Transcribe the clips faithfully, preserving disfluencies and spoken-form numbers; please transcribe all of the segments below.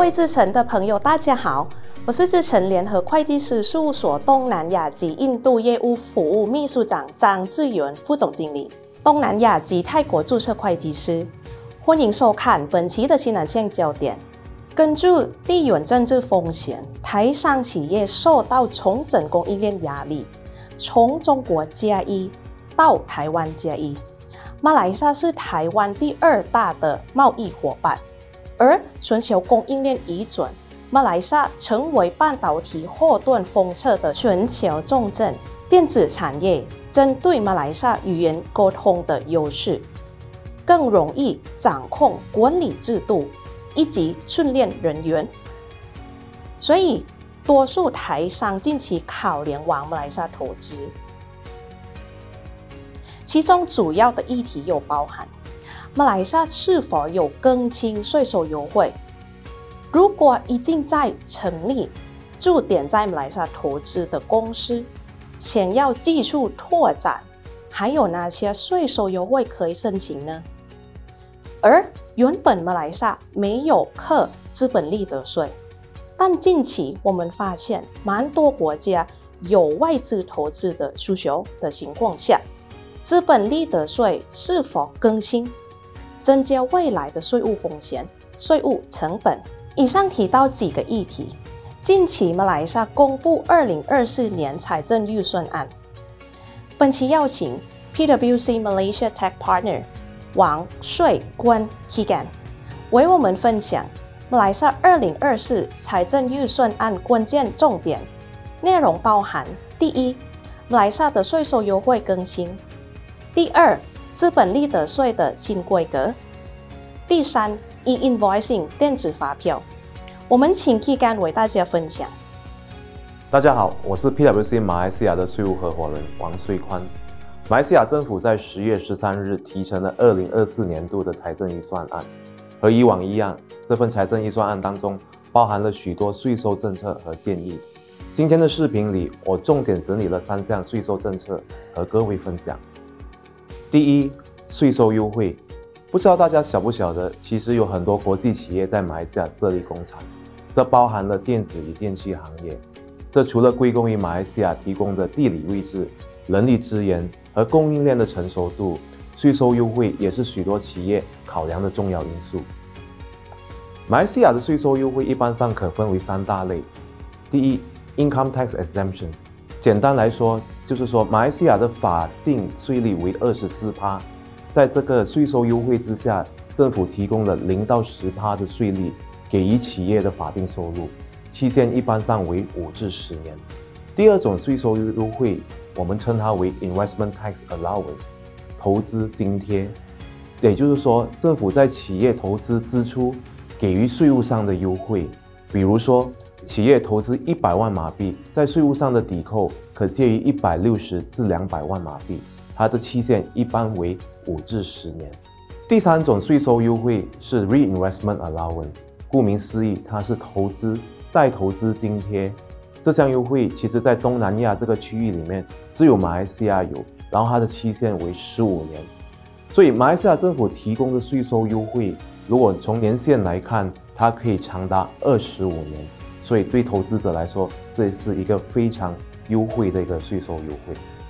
位志成的朋友，大家好，我是志成联合会计师事务所东南亚及印度业务服务秘书长张志源副总经理，东南亚及泰国注册会计师。欢迎收看本期的新南向焦点。根据地缘政治风险，台商企业受到重整供应链压力，从中国加一到台湾加一。马来西亚是台湾第二大的贸易伙伴，而全球供应链移转，马来西亚成为半导体后盾封测的全球重镇。电子产业针对马来西亚语言沟通的优势，更容易掌控管理制度以及训练人员，所以多数台商近期考量往马来西亚投资。其中主要的议题有包含马来西亚是否有更轻税收优惠，如果已经在成立驻点在马来西亚投资的公司想要技术拓展，还有哪些税收优惠可以申请呢？而原本马来西亚没有课资本利得税，但近期我们发现蛮多国家有外资投资的需求的情况下，资本利得税是否更新，增加未来的税务风险、税务成本？以上提到几个议题。近期马来西亚公布二零二四年财政预算案，本期邀请 P W C Malaysia Tech Partner 王税关 Kigan 为我们分享马来西亚二零二四财政预算案关键重点内容，包含第一，马来西亚的税收优惠更新；第二，资本利得税的新规格；第三 ，e-invoicing 电子发票。我们请 Kigan 为大家分享。 大家好，我是 P W C 马来西亚的税务合伙人王税宽。马来西亚政府在十月十三日提成了二零二四年度的财政预算案。和以往一样，这份财政预算案当中包含了许多税收政策和建议。今天的视频里，我重点整理了三项税收政策和各位分享。第一，税收优惠。不知道大家晓不晓得，其实有很多国际企业在马来西亚设立工厂，这包含了电子与电器行业。这除了归功于马来西亚提供的地理位置、人力资源和供应链的成熟度，税收优惠也是许多企业考量的重要因素。马来西亚的税收优惠一般上可分为三大类。第一 ，Income Tax Exemptions， 简单来说就是说马来西亚的法定税率为 百分之二十四， 在这个税收优惠之下，政府提供了零到十趴的税率给予企业的法定收入，期限一般上为五至十年。第二种税收优惠，我们称它为 Investment Tax Allowance， 投资津贴，也就是说，政府在企业投资支出给予税务上的优惠，比如说，企业投资一百万马币，在税务上的抵扣可介于一百六十至两百万马币，它的期限一般为五至十年。第三种税收优惠是 Reinvestment Allowance， 顾名思义，它是投资再投资津贴。这项优惠其实在东南亚这个区域里面，只有马来西亚有，然后它的期限为十五年。所以马来西亚政府提供的税收优惠，如果从年限来看，它可以长达二十五年。所以对投资者来说，这是一个非常优惠的一个税收优惠。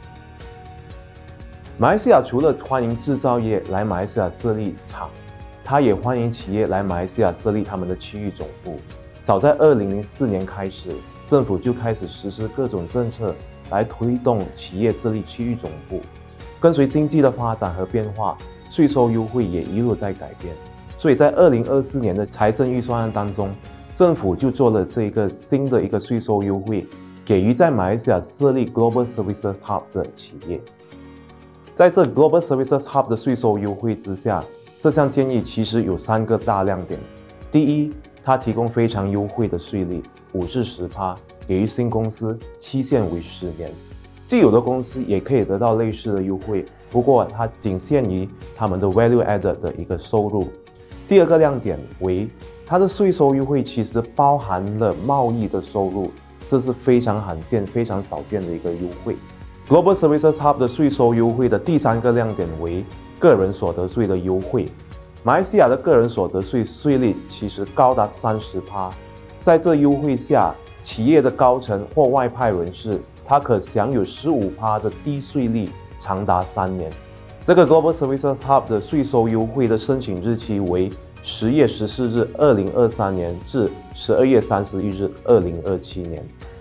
马来西亚除了欢迎制造业来马来西亚设立厂，它也欢迎企业来马来西亚设立他们的区域总部。早在二零零四年开始，政府就开始实施各种政策来推动企业设立区域总部。跟随经济的发展和变化，税收优惠也一路在改变。所以在二零二四年的财政预算案当中，政府就做了这个新的一个税收优惠，给予在马来西亚设立 Global Services Hub 的企业。在这 Global Services Hub 的税收优惠之下，这项建议其实有三个大亮点。第一，它提供非常优惠的税率，五至十趴，给予新公司，期限为十年。既有的公司也可以得到类似的优惠，不过它仅限于他们的 Value Added 的一个收入。第二个亮点为，它的税收优惠其实包含了贸易的收入，这是非常罕见、非常少见的一个优惠。Global Services Hub 的税收优惠的第三个亮点为个人所得税的优惠。 马来西亚的个人所得税税率其实高达 百分之三十， 在这优惠下，企业的高层或外派人士，他可享有 百分之十五 的低税率，长达三年。这个 Global Services Hub 的税收优惠的申请日期为十月十四日二零二三年至十二月三十一日二零二七年。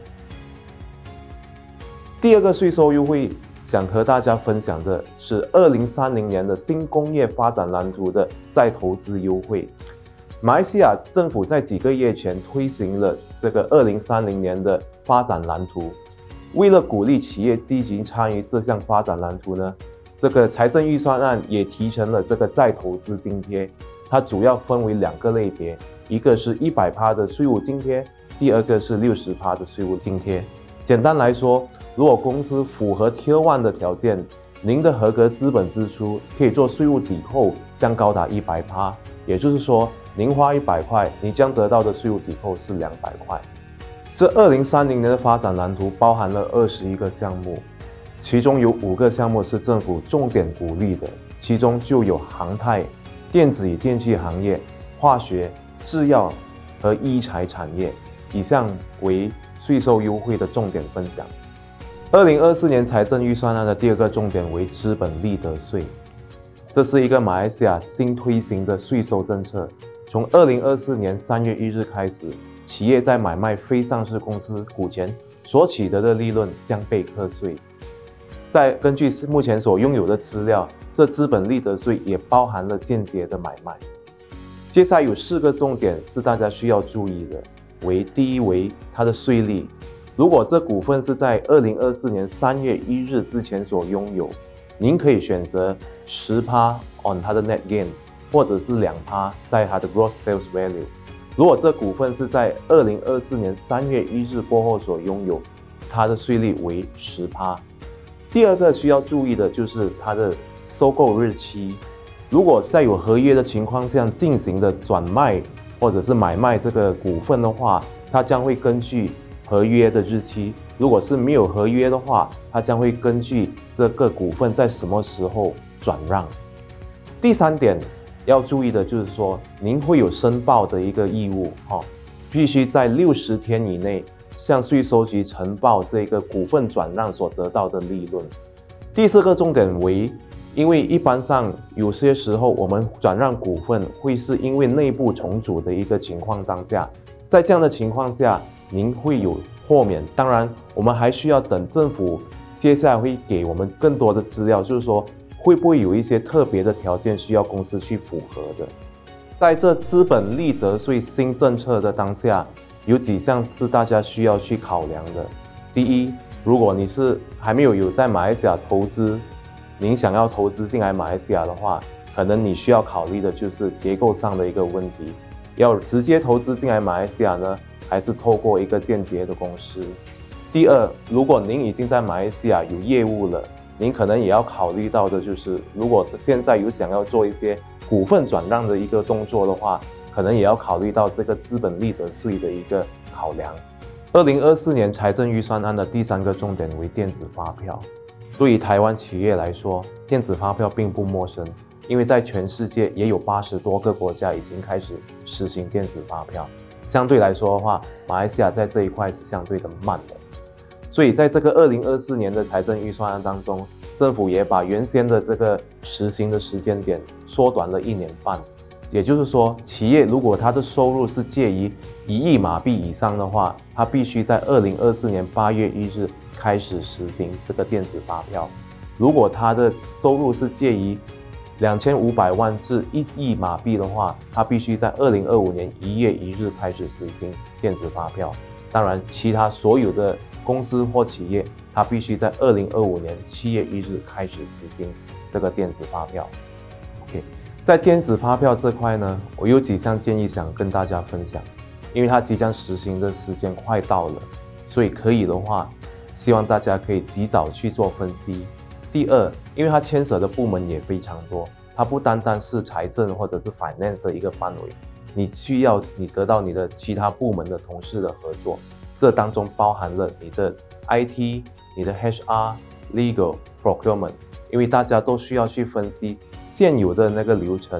第二个税收优惠想和大家分享的是二零三零年的新工业发展蓝图的再投资优惠。马来西亚政府在几个月前推行了这个二零三零年的发展蓝图，为了鼓励企业积极参与这项发展蓝图呢，这个财政预算案也提成了这个再投资津贴，它主要分为两个类别，一个是 百分之百 的税务津贴，第二个是 百分之六十 的税务津贴。简单来说，如果公司符合 Tier 一 的条件，您的合格资本支出可以做税务抵扣，将高达 百分之百， 也就是说，您花一百块，你将得到的税务抵扣是两百块。这二零三零年的发展蓝图包含了二十一个项目，其中有五个项目是政府重点鼓励的，其中就有航太、电子与电气行业、化学、制药和医材产业。以上为税收优惠的重点分享。二零二四年财政预算案的第二个重点为资本利得税，这是一个马来西亚新推行的税收政策。从二零二四年三月一日开始，企业在买卖非上市公司股权所取得的利润将被课税。再根据目前所拥有的资料，这资本利得税也包含了间接的买卖。接下来有四个重点是大家需要注意的，为第一为它的税率，如果这股份是在二零二四年三月一日之前所拥有，您可以选择 百分之十 on 它的 net gain， 或者是 百分之二 在它的 gross sales value。如果这股份是在二零二四年三月一日过后所拥有，它的税率为 百分之十。第二个需要注意的就是它的收购日期，如果在有合约的情况下进行的转卖或者是买卖这个股份的话，它将会根据合约的日期；如果是没有合约的话，它将会根据这个股份在什么时候转让。第三点要注意的就是说，您会有申报的一个义务，哦，必须在六十天以内向税收局呈报这个股份转让所得到的利润。第四个重点为，因为一般上有些时候我们转让股份会是因为内部重组的一个情况当下，在这样的情况下，您会有豁免。当然，我们还需要等政府接下来会给我们更多的资料，就是说会不会有一些特别的条件需要公司去符合的。在这资本利得税新政策的当下，有几项是大家需要去考量的。第一，如果你是还没有有在马来西亚投资，您想要投资进来马来西亚的话，可能你需要考虑的就是结构上的一个问题，要直接投资进来马来西亚呢，还是透过一个间接的公司。第二，如果您已经在马来西亚有业务了，您可能也要考虑到的就是，如果现在有想要做一些股份转让的一个动作的话，可能也要考虑到这个资本利得税的一个考量。二零二四年财政预算案的第三个重点为电子发票。对于台湾企业来说，电子发票并不陌生，因为在全世界也有八十多个国家已经开始实行电子发票。相对来说的话，马来西亚在这一块是相对的慢的。所以在这个二零二四年的财政预算案当中，政府也把原先的这个实行的时间点缩短了一年半。也就是说，企业如果它的收入是介于一亿马币以上的话，它必须在二零二四年八月一日开始实行这个电子发票。如果它的收入是介于两千五百万至一亿马币的话，它必须在二零二五年一月一日开始实行电子发票。当然，其他所有的公司或企业，它必须在二零二五年七月一日开始实行这个电子发票。OK。在电子发票这块呢，我有几项建议想跟大家分享，因为它即将实行的时间快到了，所以可以的话，希望大家可以及早去做分析。第二，因为它牵涉的部门也非常多，它不单单是财政或者是 finance 的一个范围，你需要你得到你的其他部门的同事的合作，这当中包含了你的 I T、你的 H R、Legal、Procurement， 因为大家都需要去分析现有的那个流程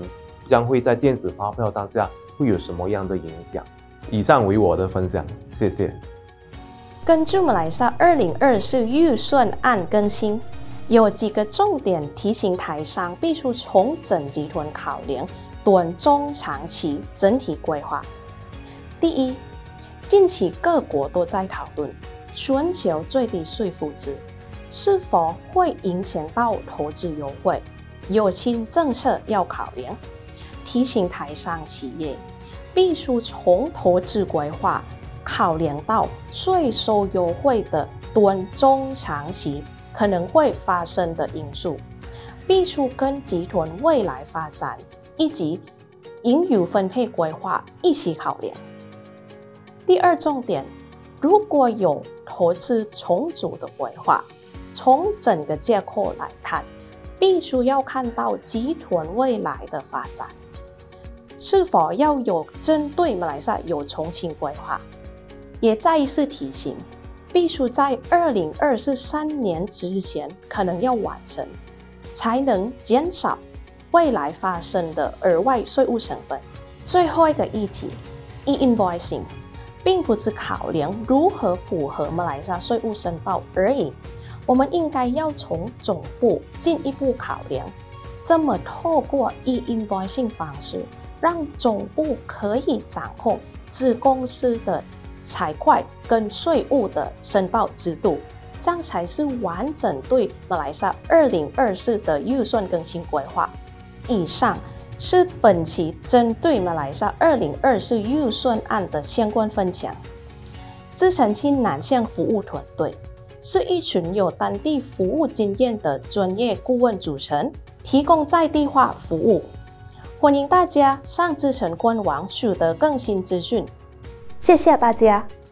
将会在电子发票当下会有什么样的影响？以上为我的分享，谢谢。 根据马来西亚二零二四预算案更新，有几个重点提醒台商必须从整集团考量短中长期整体规划。第一，近期各国都在讨论全球最低税负制是否会影响到投资优惠，有新政策要考量，提醒台商企业必须从投资规划考量到税收优惠的短中长期可能会发生的因素，必须跟集团未来发展以及盈余分配规划一起考量。第二重点，如果有投资重组的规划，从整个结构来看，必须要看到集团未来的发展，是否要有针对马来西亚有重新规划。也再一次提醒，必须在二零二三年之前可能要完成，才能减少未来发生的额外税务成本。最后一个议题 ，e-invoicing 并不是考量如何符合马来西亚税务申报而已，我们应该要从总部进一步考量，这么透过 e-invoicing 方式，让总部可以掌控子公司的财会跟税务的申报制度，这样才是完整对马来西亚二零二四的预算更新规划。以上是本期针对马来西亚二零二四预算案的相关分享。资诚信南向服务团队是一群有当地服务经验的专业顾问组成，提供在地化服务。欢迎大家上资诚官网取得更新资讯。谢谢大家。